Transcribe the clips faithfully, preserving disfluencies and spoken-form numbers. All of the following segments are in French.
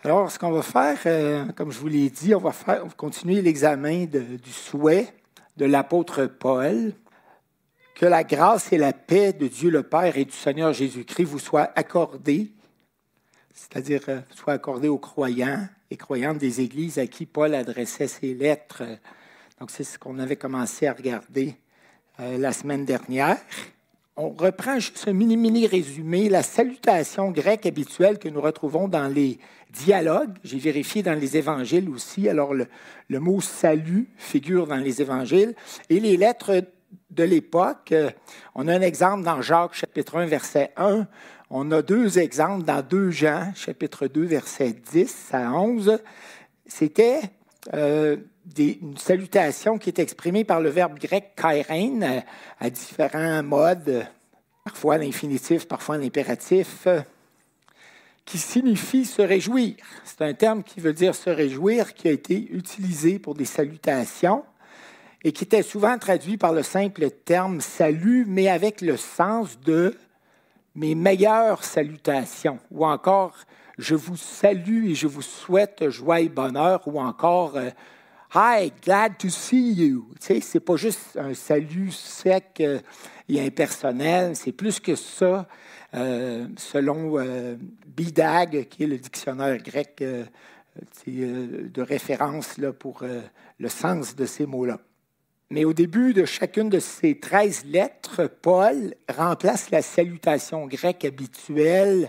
Alors, ce qu'on va faire, euh, comme je vous l'ai dit, on va, faire, on va continuer l'examen de, du souhait de l'apôtre Paul. Que la grâce et la paix de Dieu le Père et du Seigneur Jésus-Christ vous soient accordées, c'est-à-dire euh, soient accordées aux croyants et croyantes des églises à qui Paul adressait ses lettres. Donc, c'est ce qu'on avait commencé à regarder euh, la semaine dernière. On reprend juste un mini-mini résumé, la salutation grecque habituelle que nous retrouvons dans les dialogues. J'ai vérifié dans les évangiles aussi. Alors, le, le mot « salut » figure dans les évangiles. Et les lettres de l'époque, on a un exemple dans Jacques, chapitre un, verset un. On a deux exemples dans deux Jean, chapitre deux, verset dix à onze. C'était euh, des, une salutation qui est exprimée par le verbe grec « kairein » à, à différents modes, parfois à l'infinitif, parfois à l'impératif, qui signifie se réjouir. C'est un terme qui veut dire se réjouir, qui a été utilisé pour des salutations et qui était souvent traduit par le simple terme « salut », mais avec le sens de « mes meilleures salutations » ou encore « je vous salue et je vous souhaite joie et bonheur » ou encore euh, « Hi, glad to see you ». Tu sais, c'est pas juste un salut sec euh, et impersonnel, c'est plus que ça, euh, selon euh, Bidag, qui est le dictionnaire grec euh, euh, de référence là, pour euh, le sens de ces mots-là. Mais au début de chacune de ces treize lettres, Paul remplace la salutation grecque habituelle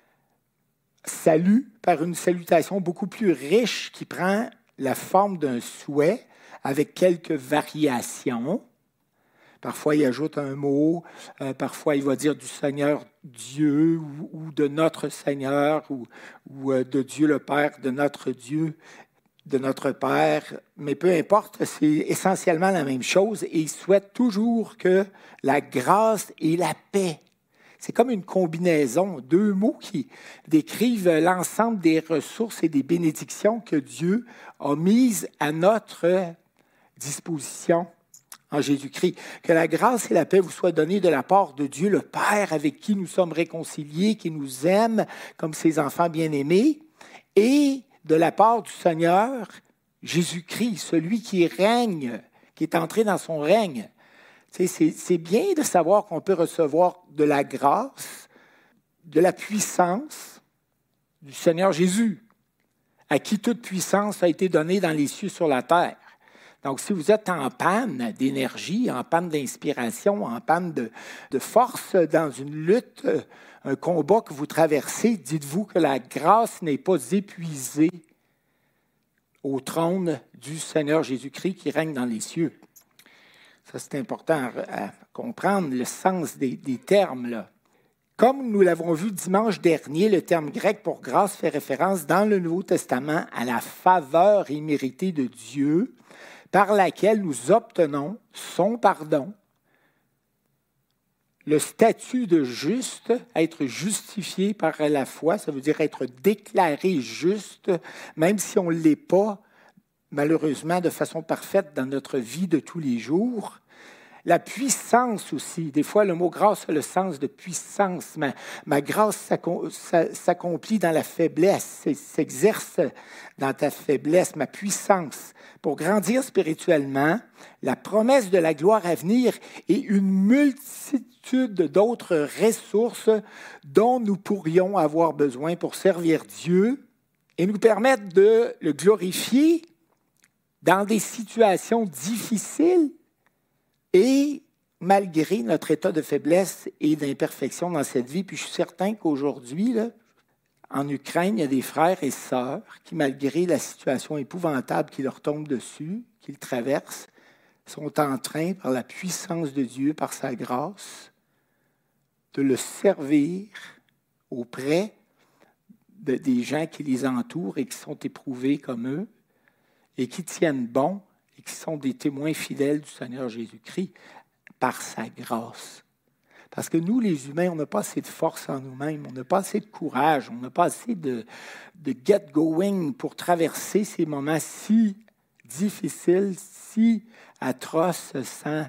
« salut » par une salutation beaucoup plus riche qui prend la forme d'un souhait avec quelques variations. Parfois, il ajoute un mot, euh, parfois, il va dire du Seigneur Dieu ou, ou de notre Seigneur ou, ou euh, de Dieu le Père, de notre Dieu, de notre Père. Mais peu importe, c'est essentiellement la même chose et il souhaite toujours que la grâce et la paix. C'est comme une combinaison, deux mots qui décrivent l'ensemble des ressources et des bénédictions que Dieu a mises à notre disposition en Jésus-Christ. Que la grâce et la paix vous soient données de la part de Dieu le Père, avec qui nous sommes réconciliés, qui nous aime comme ses enfants bien-aimés, et de la part du Seigneur Jésus-Christ, celui qui règne, qui est entré dans son règne. C'est, c'est bien de savoir qu'on peut recevoir de la grâce, de la puissance du Seigneur Jésus, à qui toute puissance a été donnée dans les cieux sur la terre. Donc, si vous êtes en panne d'énergie, en panne d'inspiration, en panne de, de force dans une lutte, un combat que vous traversez, dites-vous que la grâce n'est pas épuisée au trône du Seigneur Jésus-Christ qui règne dans les cieux. Ça, c'est important à, à comprendre, le sens des, des termes, là. Comme nous l'avons vu dimanche dernier, le terme grec pour grâce fait référence dans le Nouveau Testament à la faveur imméritée de Dieu par laquelle nous obtenons son pardon, le statut de juste, être justifié par la foi, ça veut dire être déclaré juste, même si on ne l'est pas, malheureusement, de façon parfaite dans notre vie de tous les jours. La puissance aussi. Des fois, le mot grâce a le sens de puissance. Ma, ma grâce s'accomplit dans la faiblesse, s'exerce dans ta faiblesse, ma puissance. Pour grandir spirituellement, la promesse de la gloire à venir et une multitude d'autres ressources dont nous pourrions avoir besoin pour servir Dieu et nous permettre de le glorifier dans des situations difficiles et malgré notre état de faiblesse et d'imperfection dans cette vie. Puis je suis certain qu'aujourd'hui, là, en Ukraine, il y a des frères et sœurs qui, malgré la situation épouvantable qui leur tombe dessus, qu'ils traversent, sont en train, par la puissance de Dieu, par sa grâce, de le servir auprès de, des gens qui les entourent et qui sont éprouvés comme eux et qui tiennent bon et qui sont des témoins fidèles du Seigneur Jésus-Christ par sa grâce. Parce que nous, les humains, on n'a pas assez de force en nous-mêmes, on n'a pas assez de courage, on n'a pas assez de, de get-going pour traverser ces moments si difficiles, si atroces, sans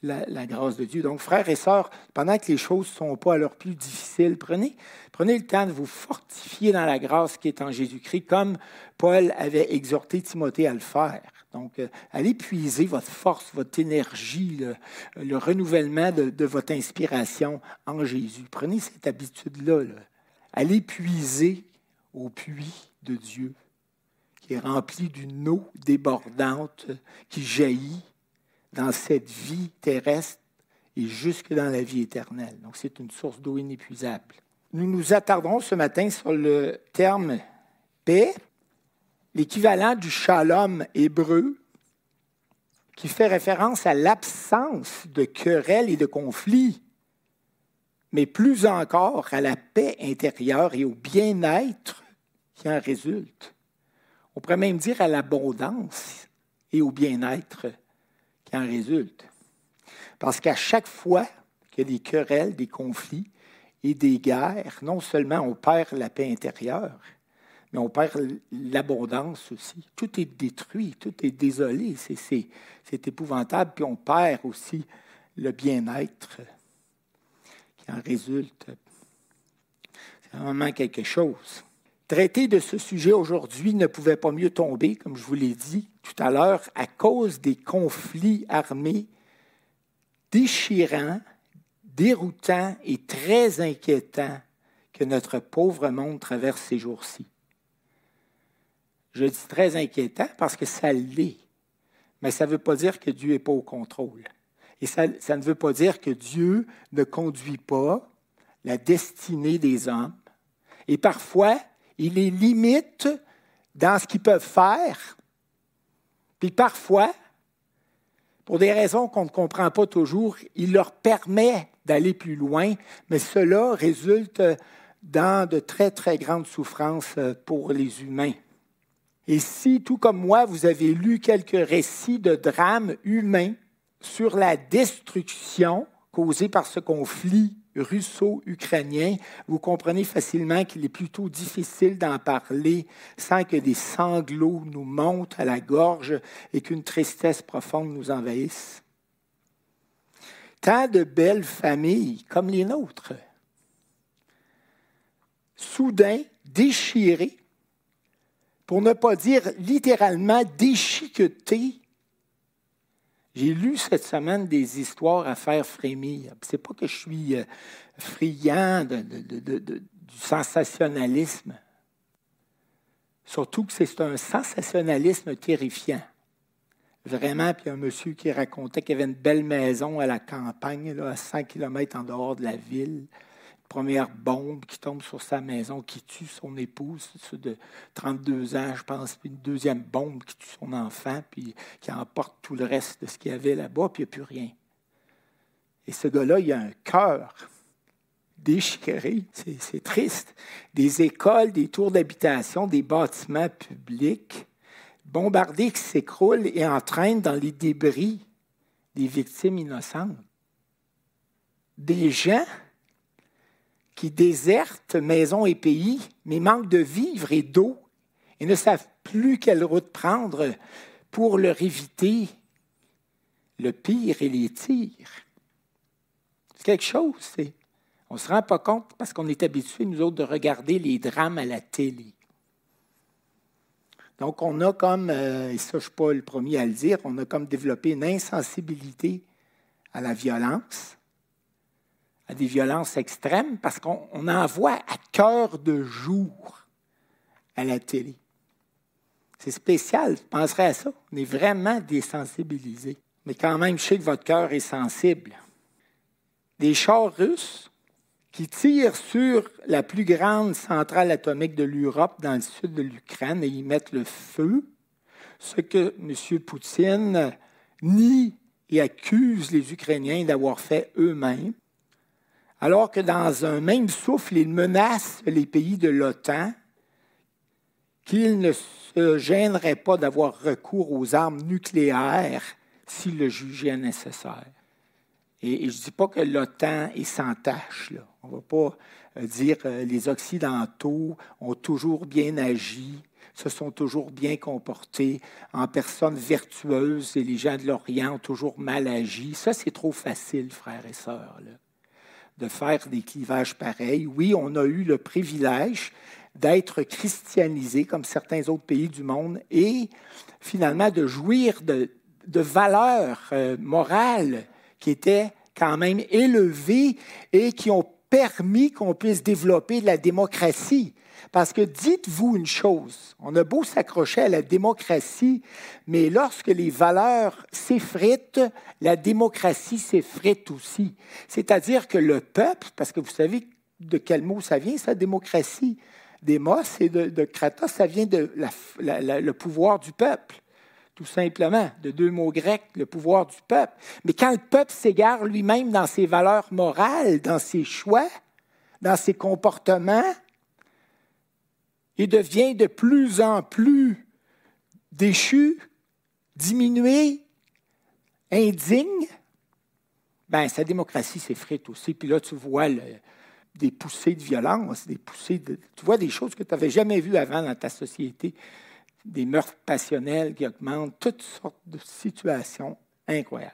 la, la grâce de Dieu. Donc, frères et sœurs, pendant que les choses ne sont pas à leur plus difficiles, prenez, prenez le temps de vous fortifier dans la grâce qui est en Jésus-Christ, comme Paul avait exhorté Timothée à le faire. Donc, euh, allez puiser votre force, votre énergie, le, le renouvellement de, de votre inspiration en Jésus. Prenez cette habitude-là. Là. Allez puiser au puits de Dieu, qui est rempli d'une eau débordante qui jaillit dans cette vie terrestre et jusque dans la vie éternelle. Donc, c'est une source d'eau inépuisable. Nous nous attarderons ce matin sur le terme « paix », l'équivalent du shalom hébreu, qui fait référence à l'absence de querelles et de conflits, mais plus encore à la paix intérieure et au bien-être qui en résulte. On pourrait même dire à l'abondance et au bien-être qui en résulte. Parce qu'à chaque fois qu'il y a des querelles, des conflits et des guerres, non seulement on perd la paix intérieure, mais on perd l'abondance aussi. Tout est détruit, tout est désolé. C'est, c'est, c'est épouvantable. Puis on perd aussi le bien-être qui en résulte. C'est vraiment quelque chose. Traiter de ce sujet aujourd'hui ne pouvait pas mieux tomber, comme je vous l'ai dit tout à l'heure, à cause des conflits armés déchirants, déroutants et très inquiétants que notre pauvre monde traverse ces jours-ci. Je dis très inquiétant parce que ça l'est, mais ça ne veut pas dire que Dieu n'est pas au contrôle. Et ça, ça ne veut pas dire que Dieu ne conduit pas la destinée des hommes. Et parfois, il les limite dans ce qu'ils peuvent faire. Puis parfois, pour des raisons qu'on ne comprend pas toujours, il leur permet d'aller plus loin, mais cela résulte dans de très, très grandes souffrances pour les humains. Et si, tout comme moi, vous avez lu quelques récits de drames humains sur la destruction causée par ce conflit russo-ukrainien, vous comprenez facilement qu'il est plutôt difficile d'en parler sans que des sanglots nous montent à la gorge et qu'une tristesse profonde nous envahisse. Tant de belles familles comme les nôtres, soudain déchirées, pour ne pas dire littéralement déchiquetées. J'ai lu cette semaine des histoires à faire frémir. Ce n'est pas que je suis friand de, de, de, de, de, du sensationnalisme. Surtout que c'est un sensationnalisme terrifiant. Vraiment, puis il y a un monsieur qui racontait qu'il y avait une belle maison à la campagne, là, à cent kilomètres en dehors de la ville. Première bombe qui tombe sur sa maison, qui tue son épouse de trente-deux ans, je pense, puis une deuxième bombe qui tue son enfant, puis qui emporte tout le reste de ce qu'il y avait là-bas, puis il n'y a plus rien. Et ce gars-là, il a un cœur déchiré, c'est, c'est triste. Des écoles, des tours d'habitation, des bâtiments publics, bombardés qui s'écroulent et entraînent dans les débris des victimes innocentes. Des gens qui désertent maison et pays, mais manquent de vivres et d'eau et ne savent plus quelle route prendre pour leur éviter le pire et les tirs. C'est quelque chose, c'est. On ne se rend pas compte parce qu'on est habitués, nous autres, de regarder les drames à la télé. Donc, on a comme, euh, et ça, je ne suis pas le premier à le dire, on a comme développé une insensibilité à la violence, à des violences extrêmes, parce qu'on on en voit à cœur de jour à la télé. C'est spécial, je penserais à ça. On est vraiment désensibilisés. Mais quand même, je sais que votre cœur est sensible. Des chars russes qui tirent sur la plus grande centrale atomique de l'Europe dans le sud de l'Ukraine et y mettent le feu, ce que M. Poutine nie et accuse les Ukrainiens d'avoir fait eux-mêmes, alors que dans un même souffle, il menace les pays de l'OTAN qu'ils ne se gêneraient pas d'avoir recours aux armes nucléaires s'ils le jugeaient nécessaire. Et, et je ne dis pas que l'OTAN est sans tâche, là. On ne va pas euh, dire que euh, les Occidentaux ont toujours bien agi se sont toujours bien comportés en personnes vertueuses et les gens de l'Orient ont toujours mal agi. Ça, c'est trop facile, frères et sœurs, là, de faire des clivages pareils. Oui, on a eu le privilège d'être christianisés comme certains autres pays du monde et finalement de jouir de, de valeurs euh, morales qui étaient quand même élevées et qui ont permis qu'on puisse développer de la démocratie. Parce que dites-vous une chose, on a beau s'accrocher à la démocratie, mais lorsque les valeurs s'effritent, la démocratie s'effrite aussi. C'est-à-dire que le peuple, parce que vous savez de quel mot ça vient, ça, démocratie, démos et de, de kratos, ça vient de la, la, la, le pouvoir du peuple, tout simplement, de deux mots grecs, le pouvoir du peuple. Mais quand le peuple s'égare lui-même dans ses valeurs morales, dans ses choix, dans ses comportements, il devient de plus en plus déchu, diminué, indigne, bien, sa démocratie s'effrite aussi. Puis là, tu vois le, des poussées de violence, des poussées de, tu vois des choses que tu n'avais jamais vues avant dans ta société, des meurtres passionnels qui augmentent, toutes sortes de situations incroyables.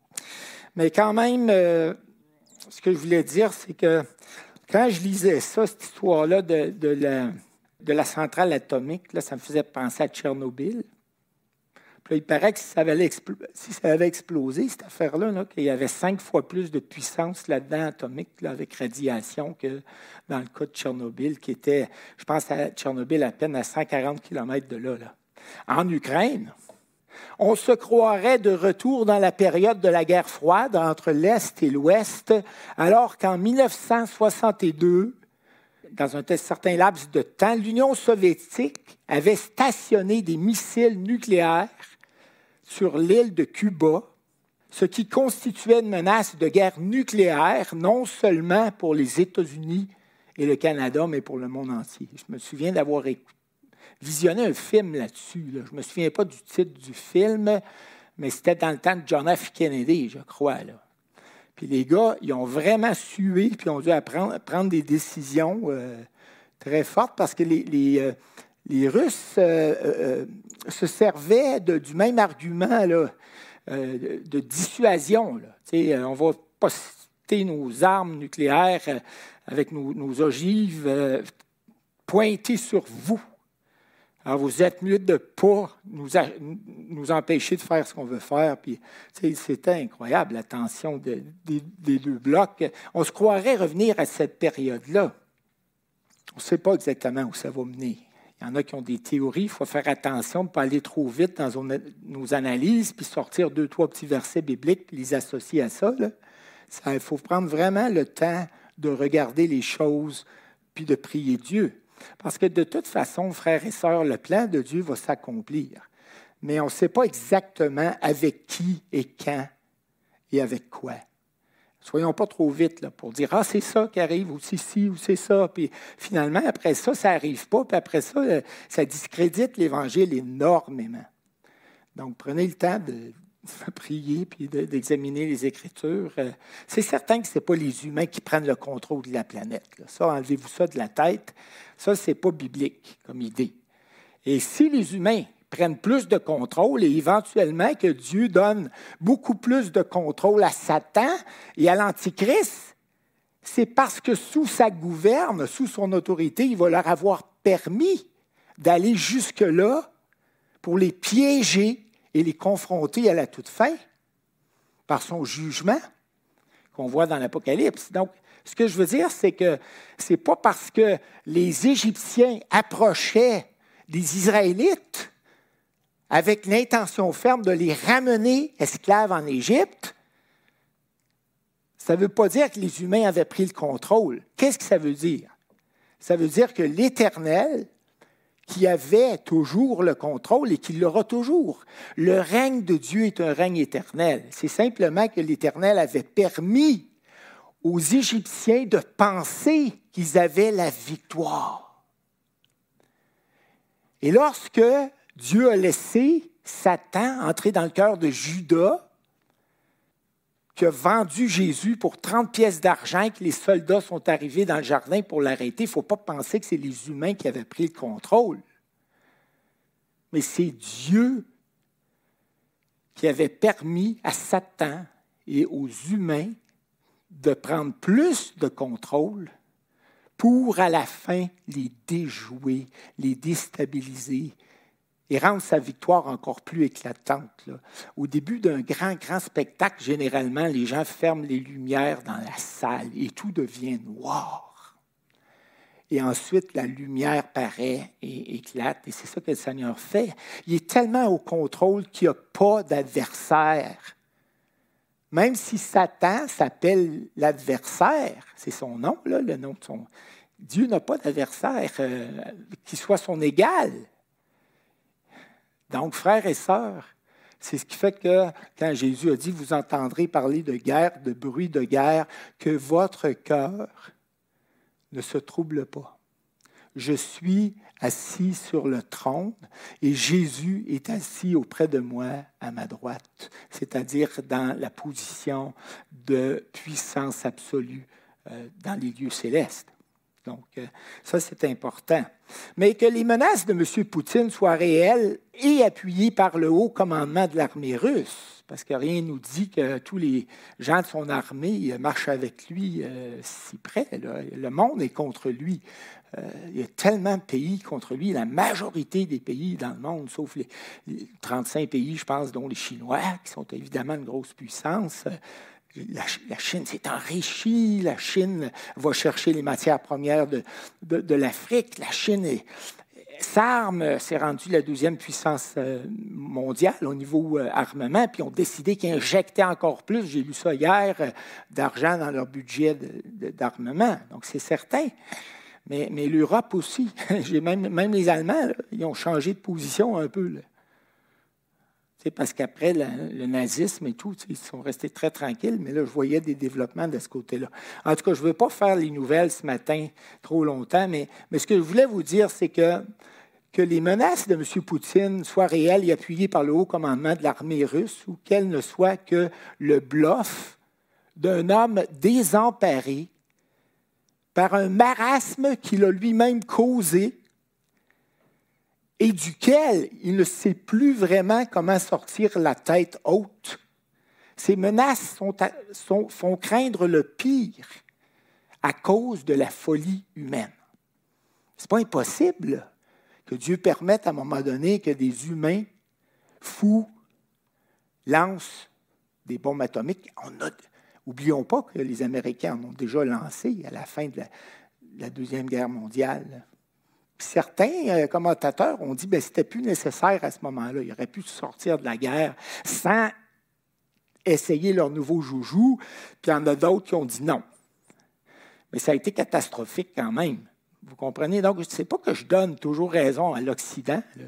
Mais quand même, euh, ce que je voulais dire, c'est que quand je lisais ça, cette histoire-là de, de la... de la centrale atomique, là, ça me faisait penser à Tchernobyl. Puis là, il paraît que si ça avait, expl- si ça avait explosé, cette affaire-là, là, qu'il y avait cinq fois plus de puissance là-dedans atomique, là, avec radiation, que dans le cas de Tchernobyl, qui était, je pense à Tchernobyl à peine à cent quarante kilomètres de là, là. En Ukraine, on se croirait de retour dans la période de la guerre froide entre l'Est et l'Ouest, alors qu'en dix-neuf cent soixante-deux, dans un certain laps de temps, l'Union soviétique avait stationné des missiles nucléaires sur l'île de Cuba, ce qui constituait une menace de guerre nucléaire, non seulement pour les États-Unis et le Canada, mais pour le monde entier. Je me souviens d'avoir visionné un film là-dessus. Là. Je ne me souviens pas du titre du film, mais c'était dans le temps de John F. Kennedy, je crois, là. Puis les gars, ils ont vraiment sué, puis ont dû apprendre, prendre des décisions euh, très fortes parce que les, les, euh, les Russes euh, euh, se servaient de, du même argument là, euh, de, de dissuasion. Là. Euh, on va poster nos armes nucléaires euh, avec nos, nos ogives euh, pointées sur vous. Alors, vous êtes mieux de ne pas nous, a, nous empêcher de faire ce qu'on veut faire. Puis, c'était incroyable, la tension de, de, des deux blocs. On se croirait revenir à cette période-là. On ne sait pas exactement où ça va mener. Il y en a qui ont des théories. Il faut faire attention de ne pas aller trop vite dans nos analyses, puis sortir deux, trois petits versets bibliques, puis les associer à ça. Là. Ça il faut prendre vraiment le temps de regarder les choses, puis de prier Dieu. Parce que de toute façon, frères et sœurs, le plan de Dieu va s'accomplir. Mais on ne sait pas exactement avec qui et quand et avec quoi. Soyons pas trop vite là, pour dire « Ah, c'est ça qui arrive, ou c'est ci, ou c'est ça. » Puis finalement, après ça, ça n'arrive pas. Puis après ça, ça discrédite l'Évangile énormément. Donc, prenez le temps de prier puis de, d'examiner les Écritures. C'est certain que ce n'est pas les humains qui prennent le contrôle de la planète. Là. Ça, enlevez-vous ça de la tête. Ça, ce n'est pas biblique comme idée. Et si les humains prennent plus de contrôle et éventuellement que Dieu donne beaucoup plus de contrôle à Satan et à l'Antichrist, c'est parce que sous sa gouverne, sous son autorité, il va leur avoir permis d'aller jusque-là pour les piéger et les confronter à la toute fin par son jugement qu'on voit dans l'Apocalypse. Donc, ce que je veux dire, c'est que ce n'est pas parce que les Égyptiens approchaient des Israélites avec l'intention ferme de les ramener esclaves en Égypte, ça ne veut pas dire que les humains avaient pris le contrôle. Qu'est-ce que ça veut dire? Ça veut dire que l'Éternel, qui avait toujours le contrôle et qui l'aura toujours. Le règne de Dieu est un règne éternel. C'est simplement que l'Éternel avait permis aux Égyptiens de penser qu'ils avaient la victoire. Et lorsque Dieu a laissé Satan entrer dans le cœur de Judas, qui a vendu Jésus pour trente pièces d'argent, que les soldats sont arrivés dans le jardin pour l'arrêter, il ne faut pas penser que c'est les humains qui avaient pris le contrôle. mais c'est Dieu qui avait permis à Satan et aux humains de prendre plus de contrôle pour, à la fin, les déjouer, les déstabiliser et rendre sa victoire encore plus éclatante. Là. Au début d'un grand, grand spectacle, généralement, les gens ferment les lumières dans la salle et tout devient noir. Et ensuite, la lumière paraît et éclate. Et c'est ça que le Seigneur fait. Il est tellement au contrôle qu'il n'y a pas d'adversaire. Même si Satan s'appelle l'adversaire, c'est son nom, là, le nom de son... Dieu n'a pas d'adversaire euh, qui soit son égal. Donc, frères et sœurs, c'est ce qui fait que quand Jésus a dit « Vous entendrez parler de guerre, de bruit de guerre, que votre cœur ne se trouble pas. Je suis assis sur le trône et Jésus est assis auprès de moi à ma droite, c'est-à-dire dans la position de puissance absolue euh, dans les lieux célestes. » Donc, euh, ça, c'est important. Mais que les menaces de M. Poutine soient réelles et appuyées par le haut commandement de l'armée russe, parce que rien ne nous dit que tous les gens de son armée marchent avec lui euh, si près. Là. Le monde est contre lui. Euh, il y a tellement de pays contre lui. La majorité des pays dans le monde, sauf les, les trente-cinq pays, je pense, dont les Chinois, qui sont évidemment une grosse puissance, euh, La, la Chine s'est enrichie, la Chine va chercher les matières premières de, de, de l'Afrique. La Chine est, s'arme, s'est rendue la deuxième puissance mondiale au niveau armement, puis ont décidé qu'ils injectaient encore plus, j'ai lu ça hier, d'argent dans leur budget de, de, d'armement. Donc, c'est certain. Mais, mais l'Europe aussi, j'ai même, même les Allemands, là, ils ont changé de position un peu, là. Parce qu'après la, le nazisme et tout, ils sont restés très tranquilles, mais là, je voyais des développements de ce côté-là. En tout cas, je ne veux pas faire les nouvelles ce matin trop longtemps, mais, mais ce que je voulais vous dire, c'est que, que les menaces de M. Poutine soient réelles et appuyées par le haut commandement de l'armée russe, ou qu'elles ne soient que le bluff d'un homme désemparé par un marasme qu'il a lui-même causé, et duquel il ne sait plus vraiment comment sortir la tête haute. Ces menaces sont à, sont, font craindre le pire à cause de la folie humaine. Ce n'est pas impossible que Dieu permette à un moment donné que des humains fous lancent des bombes atomiques. On a, oublions pas que les Américains en ont déjà lancé à la fin de la, de la Deuxième Guerre mondiale. Certains euh, commentateurs ont dit que ce n'était plus nécessaire à ce moment-là. Ils auraient pu sortir de la guerre sans essayer leur nouveau joujou. Puis il y en a d'autres qui ont dit non. Mais ça a été catastrophique quand même. Vous comprenez? Donc, ce n'est pas que je donne toujours raison à l'Occident, là,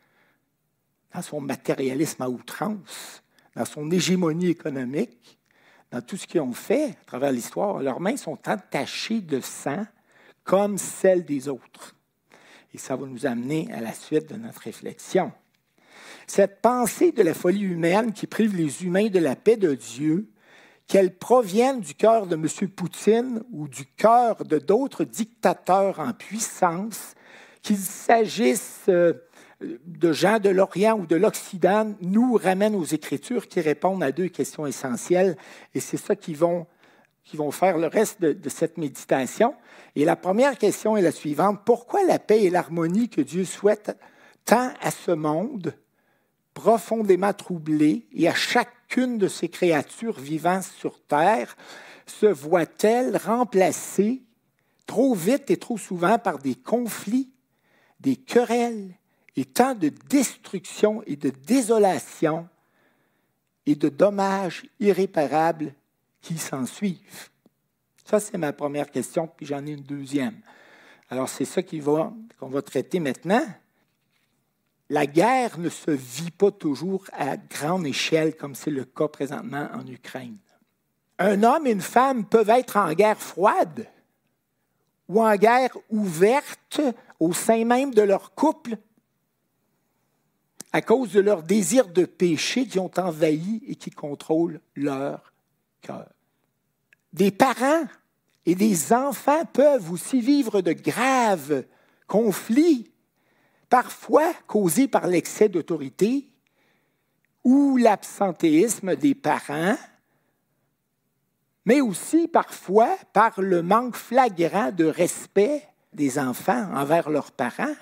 dans son matérialisme à outrance, dans son hégémonie économique, dans tout ce qu'ils ont fait à travers l'histoire. Leurs mains sont entachées de sang comme celles des autres. Et ça va nous amener à la suite de notre réflexion. Cette pensée de la folie humaine qui prive les humains de la paix de Dieu, qu'elle provienne du cœur de M. Poutine ou du cœur de d'autres dictateurs en puissance, qu'il s'agisse de gens de l'Orient ou de l'Occident, nous ramène aux Écritures qui répondent à deux questions essentielles. Et c'est ça qui vont qui vont faire le reste de, de cette méditation. Et la première question est la suivante. Pourquoi la paix et l'harmonie que Dieu souhaite tant à ce monde, profondément troublé, et à chacune de ses créatures vivant sur terre, se voit-elle remplacée trop vite et trop souvent par des conflits, des querelles et tant de destruction et de désolation et de dommages irréparables qui s'en suivent? Ça, c'est ma première question, puis j'en ai une deuxième. Alors, c'est ça qu'il va, qu'on va traiter maintenant. La guerre ne se vit pas toujours à grande échelle, comme c'est le cas présentement en Ukraine. Un homme et une femme peuvent être en guerre froide ou en guerre ouverte au sein même de leur couple à cause de leur désir de péché qui ont envahi et qui contrôlent leur cœur. Des parents et des enfants peuvent aussi vivre de graves conflits parfois causée par l'excès d'autorité ou l'absentéisme des parents, mais aussi parfois par le manque flagrant de respect des enfants envers leurs parents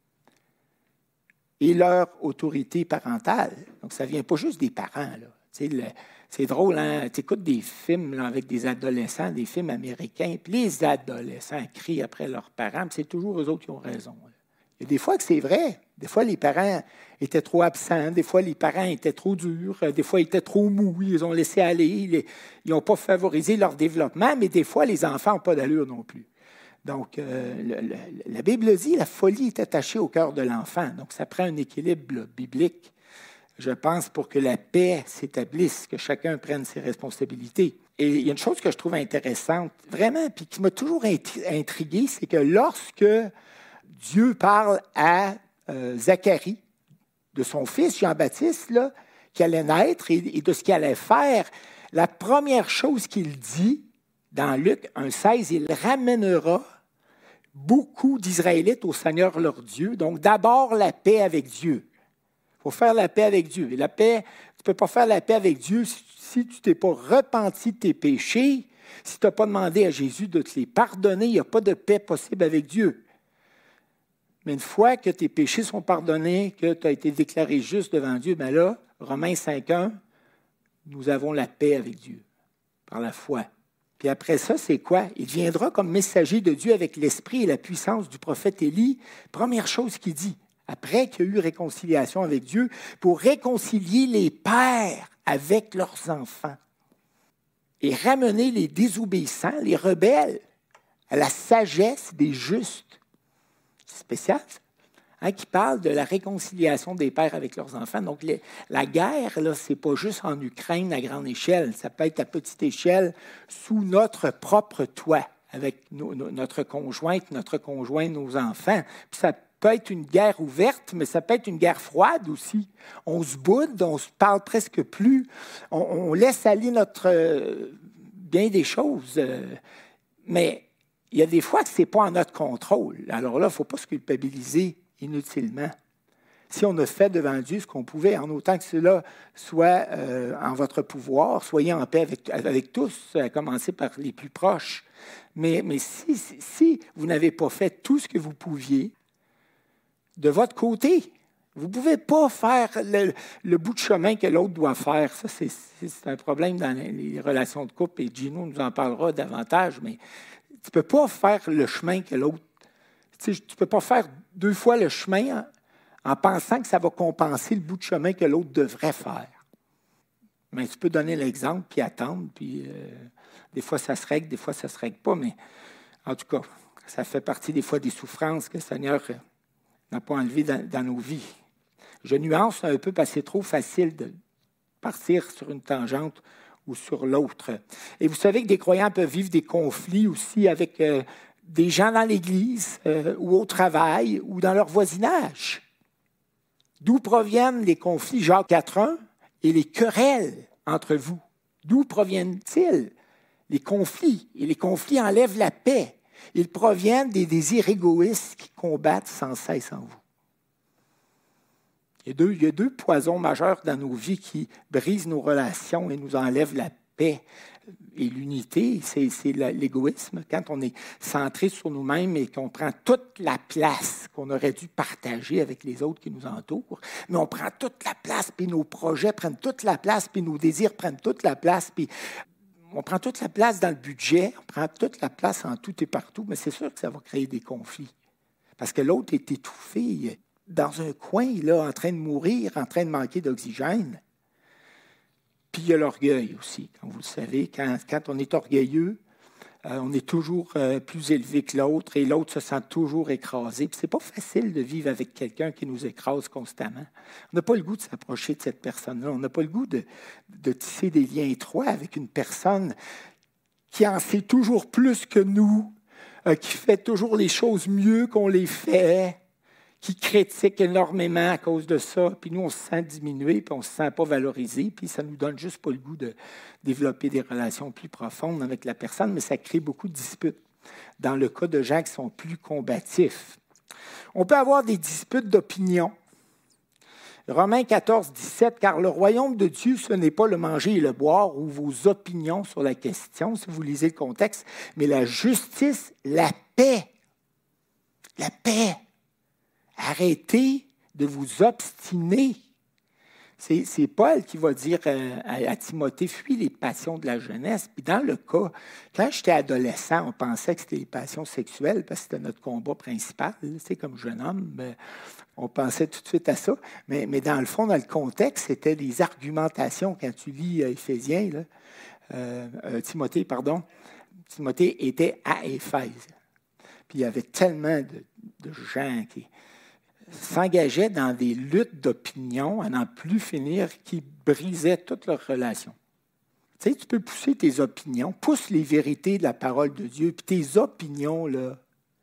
et leur autorité parentale. Donc, ça ne vient pas juste des parents, là. Tu sais, le, c'est drôle, hein? Tu écoutes des films là, avec des adolescents, des films américains, puis les adolescents crient après leurs parents, puis c'est toujours eux autres qui ont raison. Il y a des fois que c'est vrai. Des fois, les parents étaient trop absents, des fois, les parents étaient trop durs, des fois, ils étaient trop mous, ils ont laissé aller, ils n'ont pas favorisé leur développement, mais des fois, les enfants n'ont pas d'allure non plus. Donc, euh, le, le, la Bible dit, la folie est attachée au cœur de l'enfant. Donc, ça prend un équilibre là, biblique, je pense, pour que la paix s'établisse, que chacun prenne ses responsabilités. Et il y a une chose que je trouve intéressante, vraiment, puis qui m'a toujours intrigué, c'est que lorsque Dieu parle à euh, Zacharie de son fils Jean-Baptiste, là, qui allait naître et, et de ce qu'il allait faire, la première chose qu'il dit dans Luc un seize, il ramènera beaucoup d'Israélites au Seigneur leur Dieu. Donc, d'abord, la paix avec Dieu. Il faut faire la paix avec Dieu. Et la paix, tu ne peux pas faire la paix avec Dieu si, si tu ne t'es pas repenti de tes péchés, si tu n'as pas demandé à Jésus de te les pardonner, il n'y a pas de paix possible avec Dieu. Mais une fois que tes péchés sont pardonnés, que tu as été déclaré juste devant Dieu, bien là, Romains cinq un, nous avons la paix avec Dieu, par la foi. Puis après ça, c'est quoi? Il viendra comme messager de Dieu avec l'esprit et la puissance du prophète Élie. Première chose qu'il dit, après qu'il y a eu réconciliation avec Dieu, pour réconcilier les pères avec leurs enfants et ramener les désobéissants, les rebelles, à la sagesse des justes. C'est spécial, ça. Hein, qui parle de la réconciliation des pères avec leurs enfants. Donc, les, la guerre, là, c'est pas juste en Ukraine à grande échelle. Ça peut être à petite échelle sous notre propre toit, avec nos, nos, notre conjointe, notre conjoint, nos enfants. Puis ça peut être une guerre ouverte, mais ça peut être une guerre froide aussi. On se boude, on se parle presque plus. On, on laisse aller notre euh, bien des choses. Euh, mais il y a des fois que ce n'est pas en notre contrôle. Alors là, il ne faut pas se culpabiliser inutilement. Si on a fait devant Dieu ce qu'on pouvait, en autant que cela soit euh, en votre pouvoir, soyez en paix avec, avec tous, à commencer par les plus proches. Mais, mais si, si, si vous n'avez pas fait tout ce que vous pouviez, de votre côté, vous ne pouvez pas faire le, le bout de chemin que l'autre doit faire. Ça, c'est, c'est un problème dans les relations de couple, et Gino nous en parlera davantage, mais tu ne peux pas faire le chemin que l'autre... Tu ne peux pas faire deux fois le chemin en, en pensant que ça va compenser le bout de chemin que l'autre devrait faire. Mais tu peux donner l'exemple, puis attendre, puis euh, des fois ça se règle, des fois ça ne se règle pas, mais en tout cas, ça fait partie des fois des souffrances que le Seigneur n'a pas enlevées dans, dans nos vies. Je nuance un peu parce que c'est trop facile de partir sur une tangente ou sur l'autre. Et vous savez que des croyants peuvent vivre des conflits aussi avec euh, des gens dans l'Église euh, ou au travail ou dans leur voisinage. D'où proviennent les conflits, Jacques quatre un, et les querelles entre vous? D'où proviennent-ils les conflits? Et les conflits enlèvent la paix. Ils proviennent des désirs égoïstes qui combattent sans cesse en vous. Il y a deux, il y a deux poisons majeurs dans nos vies qui brisent nos relations et nous enlèvent la paix et l'unité. C'est, c'est l'égoïsme, quand on est centré sur nous-mêmes et qu'on prend toute la place qu'on aurait dû partager avec les autres qui nous entourent. Mais on prend toute la place, puis nos projets prennent toute la place, puis nos désirs prennent toute la place, puis on prend toute la place dans le budget, on prend toute la place en tout et partout, mais c'est sûr que ça va créer des conflits. Parce que l'autre est étouffé dans un coin, là, en train de mourir, en train de manquer d'oxygène. Puis il y a l'orgueil aussi, comme vous le savez. Quand, quand on est orgueilleux, euh, on est toujours euh, plus élevé que l'autre et l'autre se sent toujours écrasé. Puis c'est pas facile de vivre avec quelqu'un qui nous écrase constamment. On n'a pas le goût de s'approcher de cette personne-là. On n'a pas le goût de, de tisser des liens étroits avec une personne qui en sait toujours plus que nous, euh, qui fait toujours les choses mieux qu'on les fait, qui critique énormément à cause de ça, puis nous, on se sent diminué, puis on ne se sent pas valorisé, puis ça ne nous donne juste pas le goût de développer des relations plus profondes avec la personne, mais ça crée beaucoup de disputes dans le cas de gens qui sont plus combatifs. On peut avoir des disputes d'opinion. Romains quatorze, dix-sept, car le royaume de Dieu, ce n'est pas le manger et le boire ou vos opinions sur la question, si vous lisez le contexte, mais la justice, la paix. La paix. Arrêtez de vous obstiner. C'est, c'est Paul qui va dire euh, à, à Timothée, fuis les passions de la jeunesse. Puis dans le cas, quand j'étais adolescent, on pensait que c'était les passions sexuelles parce que c'était notre combat principal. Tu sais, comme jeune homme, ben, on pensait tout de suite à ça. Mais, mais dans le fond, dans le contexte, c'était des argumentations. Quand tu lis euh, Éphésiens, là, euh, euh, Timothée, pardon, Timothée était à Éphèse. Puis il y avait tellement de, de gens qui s'engageaient dans des luttes d'opinion à n'en plus finir qui brisaient toutes leurs relations. Tu sais, tu peux pousser tes opinions, pousse les vérités de la parole de Dieu, puis tes opinions, là,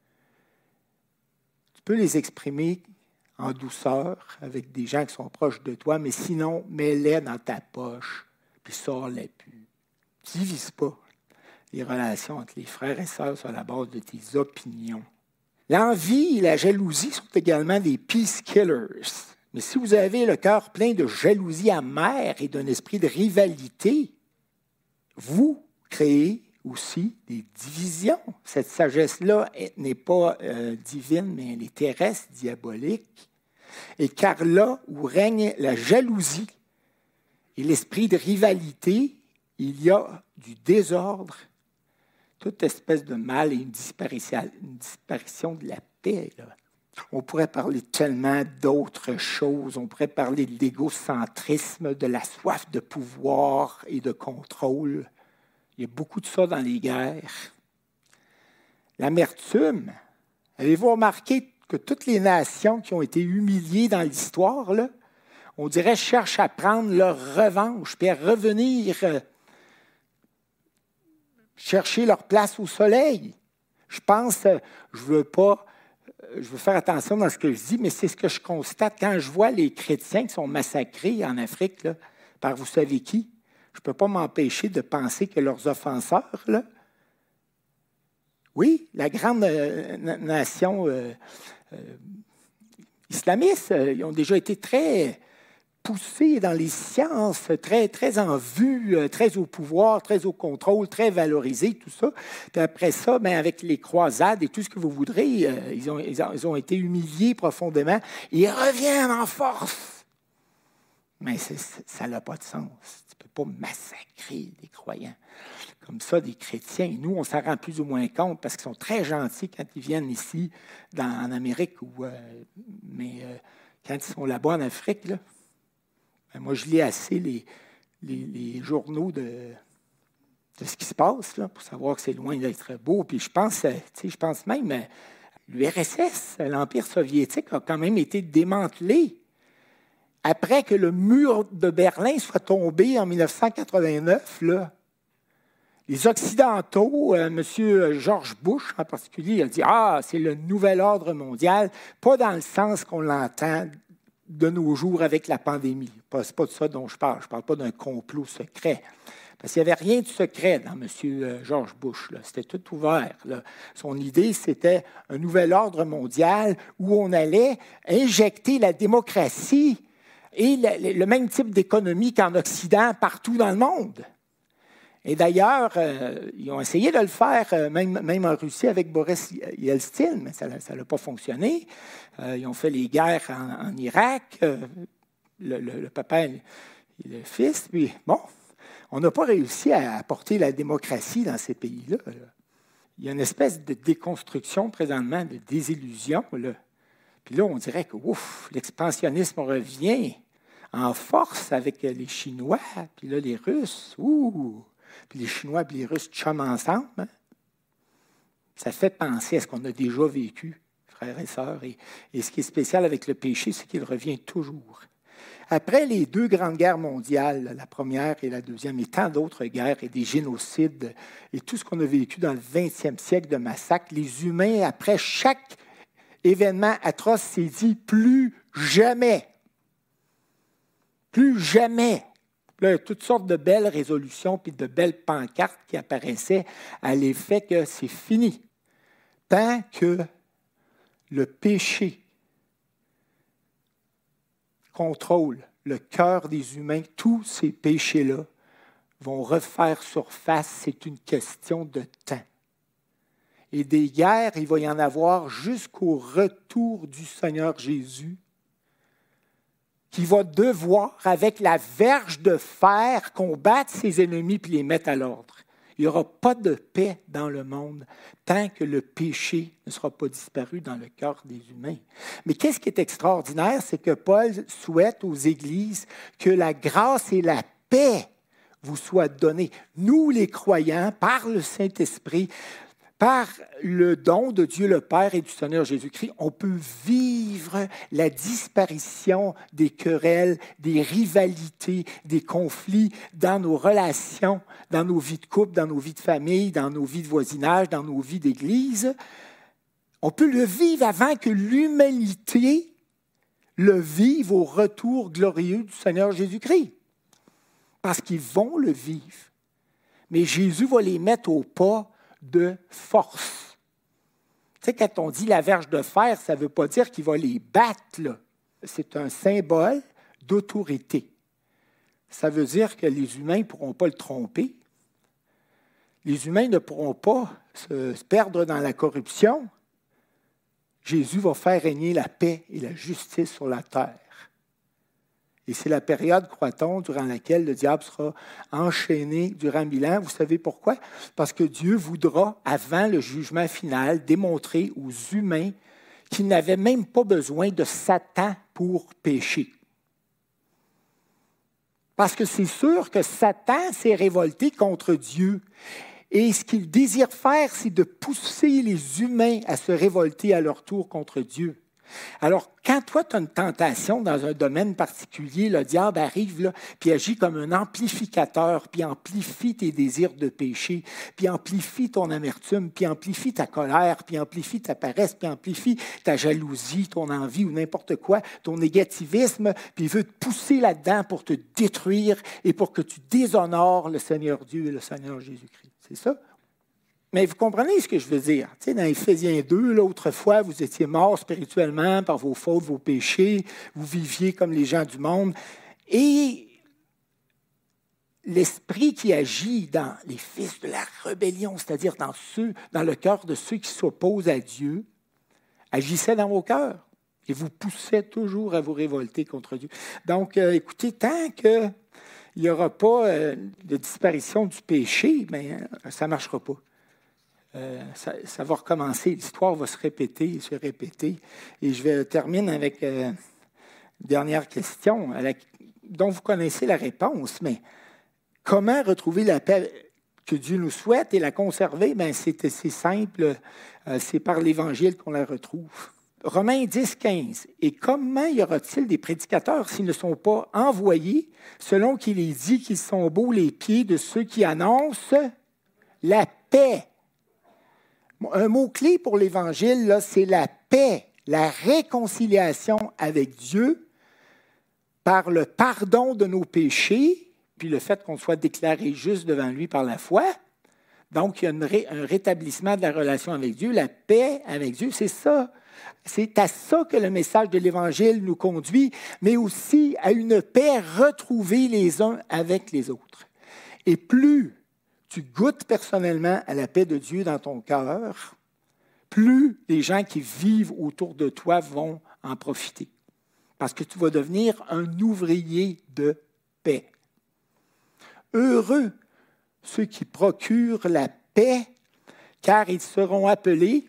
tu peux les exprimer en douceur avec des gens qui sont proches de toi, mais sinon, mets-les dans ta poche, puis sors-les plus. Tu ne divises pas les relations entre les frères et sœurs sur la base de tes opinions. L'envie et la jalousie sont également des peace killers. Mais si vous avez le cœur plein de jalousie amère et d'un esprit de rivalité, vous créez aussi des divisions. Cette sagesse-là n'est pas euh, divine, mais elle est terrestre, diabolique. Et car là où règne la jalousie et l'esprit de rivalité, il y a du désordre, toute espèce de mal et une disparition, une disparition de la paix. Là. On pourrait parler tellement d'autres choses. On pourrait parler de l'égocentrisme, de la soif de pouvoir et de contrôle. Il y a beaucoup de ça dans les guerres. L'amertume. Avez-vous remarqué que toutes les nations qui ont été humiliées dans l'histoire, là, on dirait, cherchent à prendre leur revanche, puis à revenir euh, chercher leur place au soleil. Je pense, euh, je veux pas, euh, je veux faire attention dans ce que je dis, mais c'est ce que je constate quand je vois les chrétiens qui sont massacrés en Afrique là, par vous savez qui. Je ne peux pas m'empêcher de penser que leurs offenseurs, là, oui, la grande euh, nation euh, euh, islamiste, euh, ils ont déjà été très poussés dans les sciences, très, très en vue, très au pouvoir, très au contrôle, très valorisés, tout ça. Puis après ça, bien, avec les croisades et tout ce que vous voudrez, euh, ils, ont, ils, ont, ils ont été humiliés profondément. Ils reviennent en force. Mais c'est, ça n'a pas de sens. Tu ne peux pas massacrer des croyants comme ça, des chrétiens. Nous, on s'en rend plus ou moins compte parce qu'ils sont très gentils quand ils viennent ici, dans, en Amérique. Ou, euh, mais euh, quand ils sont là-bas en Afrique, là, ben moi, je lis assez les, les, les journaux de, de ce qui se passe là, pour savoir que c'est loin d'être beau. Puis je pense, tu sais, je pense même, l'U R S S, l'Empire soviétique, a quand même été démantelé après que le mur de Berlin soit tombé en dix-neuf cent quatre-vingt-neuf. Là, les Occidentaux, euh, M. George Bush en particulier, il a dit « Ah, c'est le nouvel ordre mondial », pas dans le sens qu'on l'entend de nos jours avec la pandémie. Ce n'est pas de ça dont je parle. Je ne parle pas d'un complot secret. Parce qu'il n'y avait rien de secret dans M. George Bush. Là. C'était tout ouvert. Là. Son idée, c'était un nouvel ordre mondial où on allait injecter la démocratie et le, le même type d'économie qu'en Occident partout dans le monde. Et d'ailleurs, euh, ils ont essayé de le faire, euh, même, même en Russie avec Boris Yeltsin, mais ça n'a pas fonctionné. Euh, ils ont fait les guerres en, en Irak, euh, le, le, le papa et le fils. Puis, bon, on n'a pas réussi à apporter la démocratie dans ces pays-là. Là. Il y a une espèce de déconstruction présentement, de désillusion. Là. Puis là, on dirait que ouf, l'expansionnisme revient en force avec les Chinois, puis là, les Russes. Ouh! Puis les Chinois et les Russes chumment ensemble. Hein? Ça fait penser à ce qu'on a déjà vécu, frères et sœurs. Et, et ce qui est spécial avec le péché, c'est qu'il revient toujours. Après les deux grandes guerres mondiales, la première et la deuxième, et tant d'autres guerres et des génocides, et tout ce qu'on a vécu dans le vingtième siècle de massacres, les humains, après chaque événement atroce, s'est dit « plus jamais ». Plus jamais. Là, il y a toutes sortes de belles résolutions puis de belles pancartes qui apparaissaient à l'effet que c'est fini. Tant que le péché contrôle le cœur des humains, tous ces péchés-là vont refaire surface, c'est une question de temps. Et des guerres, il va y en avoir jusqu'au retour du Seigneur Jésus, qui va devoir, avec la verge de fer, combattre ses ennemis puis les mettre à l'ordre. Il n'y aura pas de paix dans le monde tant que le péché ne sera pas disparu dans le cœur des humains. Mais qu'est-ce qui est extraordinaire, c'est que Paul souhaite aux églises que la grâce et la paix vous soient données. Nous, les croyants, par le Saint-Esprit, par le don de Dieu le Père et du Seigneur Jésus-Christ, on peut vivre la disparition des querelles, des rivalités, des conflits dans nos relations, dans nos vies de couple, dans nos vies de famille, dans nos vies de voisinage, dans nos vies d'église. On peut le vivre avant que l'humanité le vive au retour glorieux du Seigneur Jésus-Christ. Parce qu'ils vont le vivre. Mais Jésus va les mettre au pas de force. Tu sais, quand on dit la verge de fer, ça ne veut pas dire qu'il va les battre, là. C'est un symbole d'autorité. Ça veut dire que les humains ne pourront pas le tromper. Les humains ne pourront pas se, se perdre dans la corruption. Jésus va faire régner la paix et la justice sur la terre. Et c'est la période, croit-on, durant laquelle le diable sera enchaîné durant mille ans. Vous savez pourquoi? Parce que Dieu voudra, avant le jugement final, démontrer aux humains qu'ils n'avaient même pas besoin de Satan pour pécher. Parce que c'est sûr que Satan s'est révolté contre Dieu. Et ce qu'il désire faire, c'est de pousser les humains à se révolter à leur tour contre Dieu. Alors, quand toi, tu as une tentation dans un domaine particulier, le diable arrive là, puis agit comme un amplificateur, puis amplifie tes désirs de péché, puis amplifie ton amertume, puis amplifie ta colère, puis amplifie ta paresse, puis amplifie ta jalousie, ton envie ou n'importe quoi, ton négativisme, puis il veut te pousser là-dedans pour te détruire et pour que tu déshonores le Seigneur Dieu et le Seigneur Jésus-Christ. C'est ça? Mais vous comprenez ce que je veux dire. Tu sais, dans Éphésiens deux, là, autrefois, vous étiez morts spirituellement par vos fautes, vos péchés, vous viviez comme les gens du monde. Et l'esprit qui agit dans les fils de la rébellion, c'est-à-dire dans ceux, dans le cœur de ceux qui s'opposent à Dieu, agissait dans vos cœurs et vous poussait toujours à vous révolter contre Dieu. Donc, euh, écoutez, tant qu'il n'y aura pas euh, de disparition du péché, bien, ça ne marchera pas. Euh, ça, ça va recommencer, l'histoire va se répéter et se répéter. Et je vais terminer avec euh, une dernière question à la, dont vous connaissez la réponse, mais comment retrouver la paix que Dieu nous souhaite et la conserver? Bien, c'est assez simple, euh, c'est par l'Évangile qu'on la retrouve. Romains dix, quinze. Et comment y aura-t-il des prédicateurs s'ils ne sont pas envoyés, selon qu'il est dit qu'ils sont beaux les pieds de ceux qui annoncent la paix? Un mot-clé pour l'Évangile, là, c'est la paix, la réconciliation avec Dieu par le pardon de nos péchés, puis le fait qu'on soit déclaré juste devant lui par la foi. Donc, il y a une ré, un rétablissement de la relation avec Dieu, la paix avec Dieu, c'est ça. C'est à ça que le message de l'Évangile nous conduit, mais aussi à une paix retrouvée les uns avec les autres. Et plus tu goûtes personnellement à la paix de Dieu dans ton cœur, plus les gens qui vivent autour de toi vont en profiter. Parce que tu vas devenir un ouvrier de paix. Heureux ceux qui procurent la paix, car ils seront appelés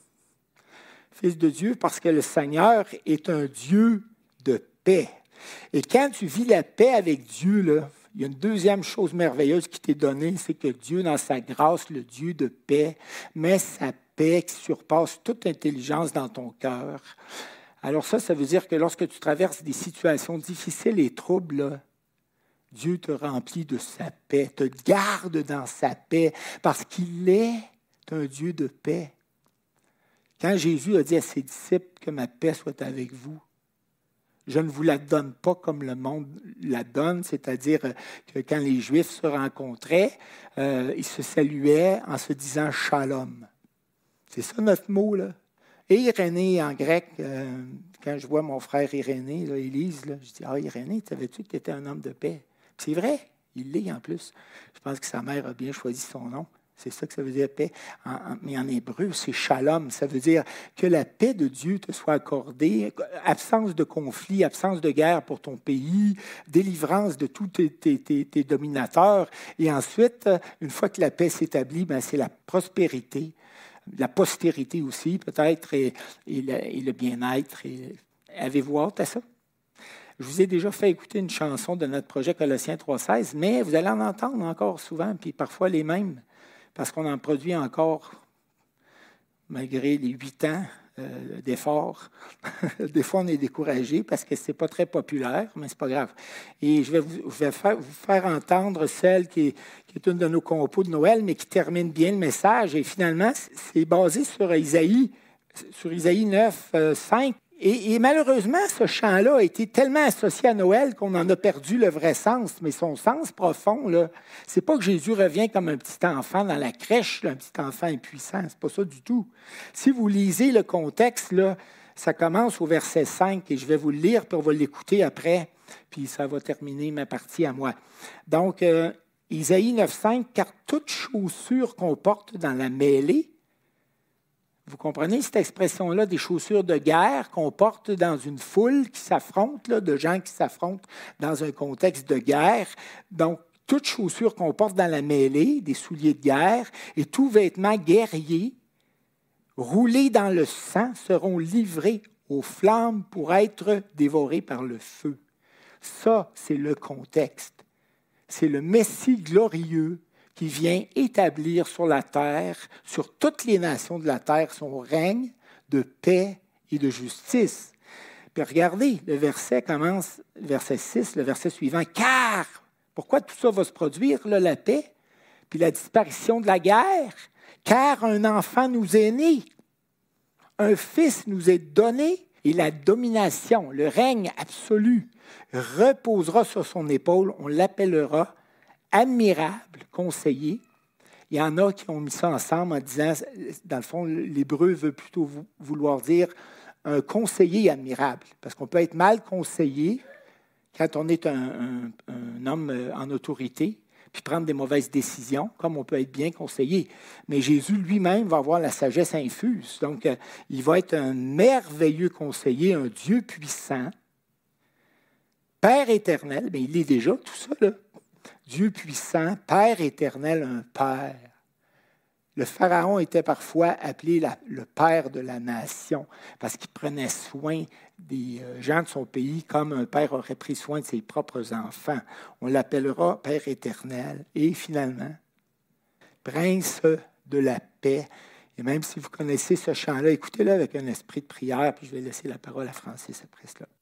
fils de Dieu, parce que le Seigneur est un Dieu de paix. Et quand tu vis la paix avec Dieu, là, il y a une deuxième chose merveilleuse qui t'est donnée, c'est que Dieu, dans sa grâce, le Dieu de paix, met sa paix qui surpasse toute intelligence dans ton cœur. Alors ça, ça veut dire que lorsque tu traverses des situations difficiles et troubles, là, Dieu te remplit de sa paix, te garde dans sa paix, parce qu'il est un Dieu de paix. Quand Jésus a dit à ses disciples que ma paix soit avec vous, je ne vous la donne pas comme le monde la donne, c'est-à-dire que quand les Juifs se rencontraient, euh, ils se saluaient en se disant « shalom ». C'est ça notre mot, là. Et Irénée, en grec, euh, quand je vois mon frère Irénée, là, Élise, là, je dis « Ah, Irénée, savais-tu que tu étais un homme de paix? » C'est vrai, il l'est en plus. Je pense que sa mère a bien choisi son nom. C'est ça que ça veut dire paix. En, en, mais en hébreu, c'est shalom. Ça veut dire que la paix de Dieu te soit accordée, absence de conflit, absence de guerre pour ton pays, délivrance de tous tes, tes, tes, tes dominateurs. Et ensuite, une fois que la paix s'établit, ben, c'est la prospérité, la postérité aussi, peut-être, et, et, le, et le bien-être. Et, avez-vous hâte à ça? Je vous ai déjà fait écouter une chanson de notre projet Colossiens trois seize, mais vous allez en entendre encore souvent, puis parfois les mêmes, parce qu'on en produit encore, malgré les huit ans euh, d'efforts. Des fois, on est découragé parce que ce n'est pas très populaire, mais ce n'est pas grave. Et je vais, vous, je vais faire, vous faire entendre celle qui est, qui est une de nos compos de Noël, mais qui termine bien le message. Et finalement, c'est basé sur Isaïe, sur Isaïe neuf, cinq. Et, et malheureusement, ce chant-là a été tellement associé à Noël qu'on en a perdu le vrai sens. Mais son sens profond, là, c'est pas que Jésus revient comme un petit enfant dans la crèche, là, un petit enfant impuissant. C'est pas ça du tout. Si vous lisez le contexte, là, ça commence au verset cinq, et je vais vous le lire, puis on va l'écouter après, puis ça va terminer ma partie à moi. Donc, euh, Isaïe neuf cinq, « Car toute chaussure qu'on porte dans la mêlée, » vous comprenez cette expression-là, des chaussures de guerre qu'on porte dans une foule qui s'affronte, là, de gens qui s'affrontent dans un contexte de guerre. Donc, toute chaussure qu'on porte dans la mêlée, des souliers de guerre, et tout vêtement guerrier, roulés dans le sang, seront livrés aux flammes pour être dévorés par le feu. Ça, c'est le contexte. C'est le Messie glorieux qui vient établir sur la terre, sur toutes les nations de la terre, son règne de paix et de justice. Puis regardez, le verset commence, verset six, le verset suivant. « Car, pourquoi tout ça va se produire, là, la paix, puis la disparition de la guerre? Car un enfant nous est né, un fils nous est donné, et la domination, le règne absolu, reposera sur son épaule. On l'appellera admirable, conseiller. » Il y en a qui ont mis ça ensemble en disant, dans le fond, l'hébreu veut plutôt vouloir dire un conseiller admirable, parce qu'on peut être mal conseillé quand on est un, un, un homme en autorité, puis prendre des mauvaises décisions, comme on peut être bien conseillé. Mais Jésus lui-même va avoir la sagesse infuse. Donc, euh, il va être un merveilleux conseiller, un Dieu puissant, Père éternel, bien, il est déjà tout ça, là. Dieu puissant, Père éternel, un Père. Le Pharaon était parfois appelé la, le Père de la nation parce qu'il prenait soin des gens de son pays comme un père aurait pris soin de ses propres enfants. On l'appellera Père éternel. Et finalement, Prince de la paix. Et même si vous connaissez ce chant-là, écoutez-le avec un esprit de prière, puis je vais laisser la parole à Francis après cela.